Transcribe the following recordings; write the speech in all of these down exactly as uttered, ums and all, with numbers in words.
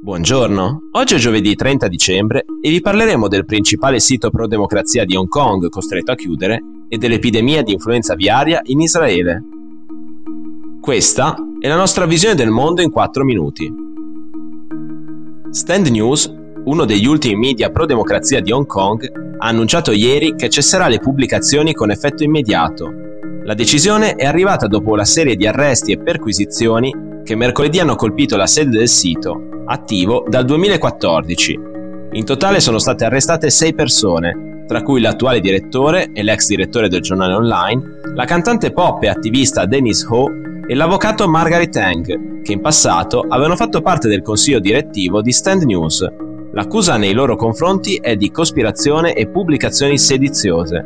Buongiorno, oggi è giovedì trenta dicembre e vi parleremo del principale sito pro-democrazia di Hong Kong costretto a chiudere e dell'epidemia di influenza aviaria in Israele. Questa è la nostra visione del mondo in quattro minuti. Stand News, uno degli ultimi media pro-democrazia di Hong Kong, ha annunciato ieri che cesserà le pubblicazioni con effetto immediato. La decisione è arrivata dopo la serie di arresti e perquisizioni che mercoledì hanno colpito la sede del sito, attivo dal duemilaquattordici. In totale sono state arrestate sei persone, tra cui l'attuale direttore e l'ex direttore del giornale online, la cantante pop e attivista Dennis Ho e l'avvocato Margaret Tang, che in passato avevano fatto parte del consiglio direttivo di Stand News. L'accusa nei loro confronti è di cospirazione e pubblicazioni sediziose.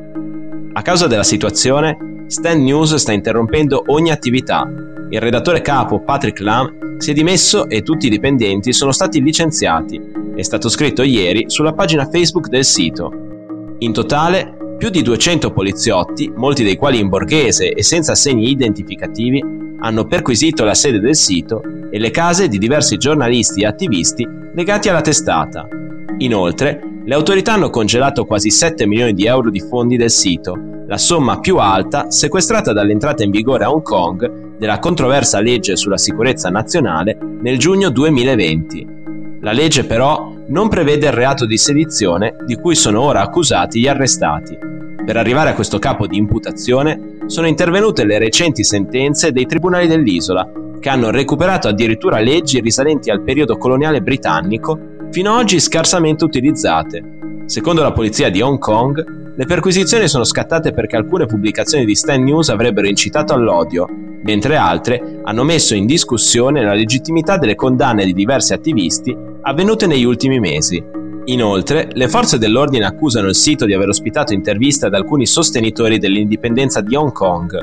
A causa della situazione, Stand News sta interrompendo ogni attività. Il redattore capo Patrick Lam si è dimesso e tutti i dipendenti sono stati licenziati. È stato scritto ieri sulla pagina Facebook del sito. In totale, più di duecento poliziotti, molti dei quali in borghese e senza segni identificativi, hanno perquisito la sede del sito e le case di diversi giornalisti e attivisti legati alla testata. Inoltre, le autorità hanno congelato quasi sette milioni di euro di fondi del sito, la somma più alta sequestrata dall'entrata in vigore a Hong Kong della controversa legge sulla sicurezza nazionale nel giugno duemilaventi. La legge però non prevede il reato di sedizione di cui sono ora accusati gli arrestati. Per arrivare a questo capo di imputazione sono intervenute le recenti sentenze dei tribunali dell'isola, che hanno recuperato addirittura leggi risalenti al periodo coloniale britannico, fino ad oggi scarsamente utilizzate. Secondo la polizia di Hong Kong, le perquisizioni sono scattate perché alcune pubblicazioni di Stand News avrebbero incitato all'odio, mentre altre hanno messo in discussione la legittimità delle condanne di diversi attivisti avvenute negli ultimi mesi. Inoltre, le forze dell'ordine accusano il sito di aver ospitato interviste ad alcuni sostenitori dell'indipendenza di Hong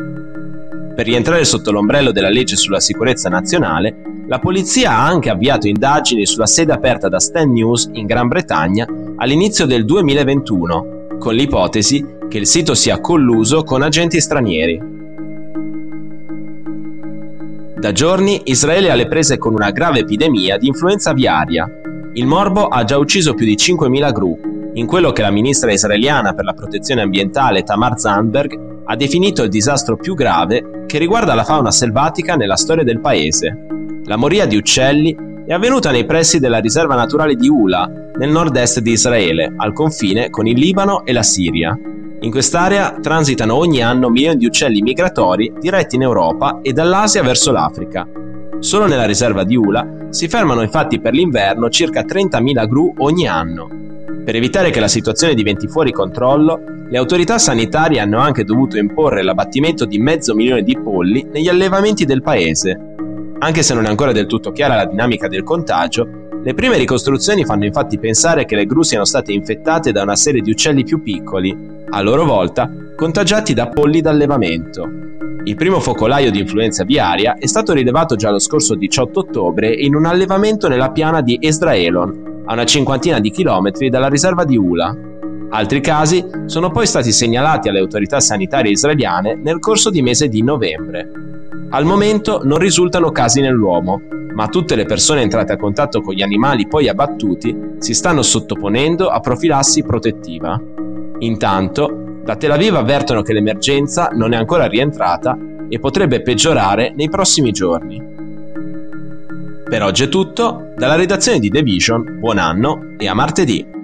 Kong. Per rientrare sotto l'ombrello della legge sulla sicurezza nazionale, la polizia ha anche avviato indagini sulla sede aperta da Stand News in Gran Bretagna all'inizio del duemilaventuno, con l'ipotesi che il sito sia colluso con agenti stranieri. Da giorni Israele è alle prese con una grave epidemia di influenza aviaria. Il morbo ha già ucciso più di cinquemila gru, in quello che la ministra israeliana per la protezione ambientale Tamar Zandberg ha definito il disastro più grave che riguarda la fauna selvatica nella storia del paese. La moria di uccelli è avvenuta nei pressi della riserva naturale di Ula, nel nord-est di Israele, al confine con il Libano e la Siria. In quest'area transitano ogni anno milioni di uccelli migratori diretti in Europa e dall'Asia verso l'Africa. Solo nella riserva di Ula si fermano infatti per l'inverno circa trentamila gru ogni anno. Per evitare che la situazione diventi fuori controllo, le autorità sanitarie hanno anche dovuto imporre l'abbattimento di mezzo milione di polli negli allevamenti del paese. Anche se non è ancora del tutto chiara la dinamica del contagio, le prime ricostruzioni fanno infatti pensare che le gru siano state infettate da una serie di uccelli più piccoli, a loro volta contagiati da polli d'allevamento. Il primo focolaio di influenza aviaria è stato rilevato già lo scorso diciotto ottobre in un allevamento nella piana di Esdraelon, a una cinquantina di chilometri dalla riserva di Ula. Altri casi sono poi stati segnalati alle autorità sanitarie israeliane nel corso di mese di novembre. Al momento non risultano casi nell'uomo, ma tutte le persone entrate a contatto con gli animali poi abbattuti si stanno sottoponendo a profilassi protettiva. Intanto, da Tel Aviv avvertono che l'emergenza non è ancora rientrata e potrebbe peggiorare nei prossimi giorni. Per oggi è tutto, dalla redazione di The Vision, buon anno e a martedì!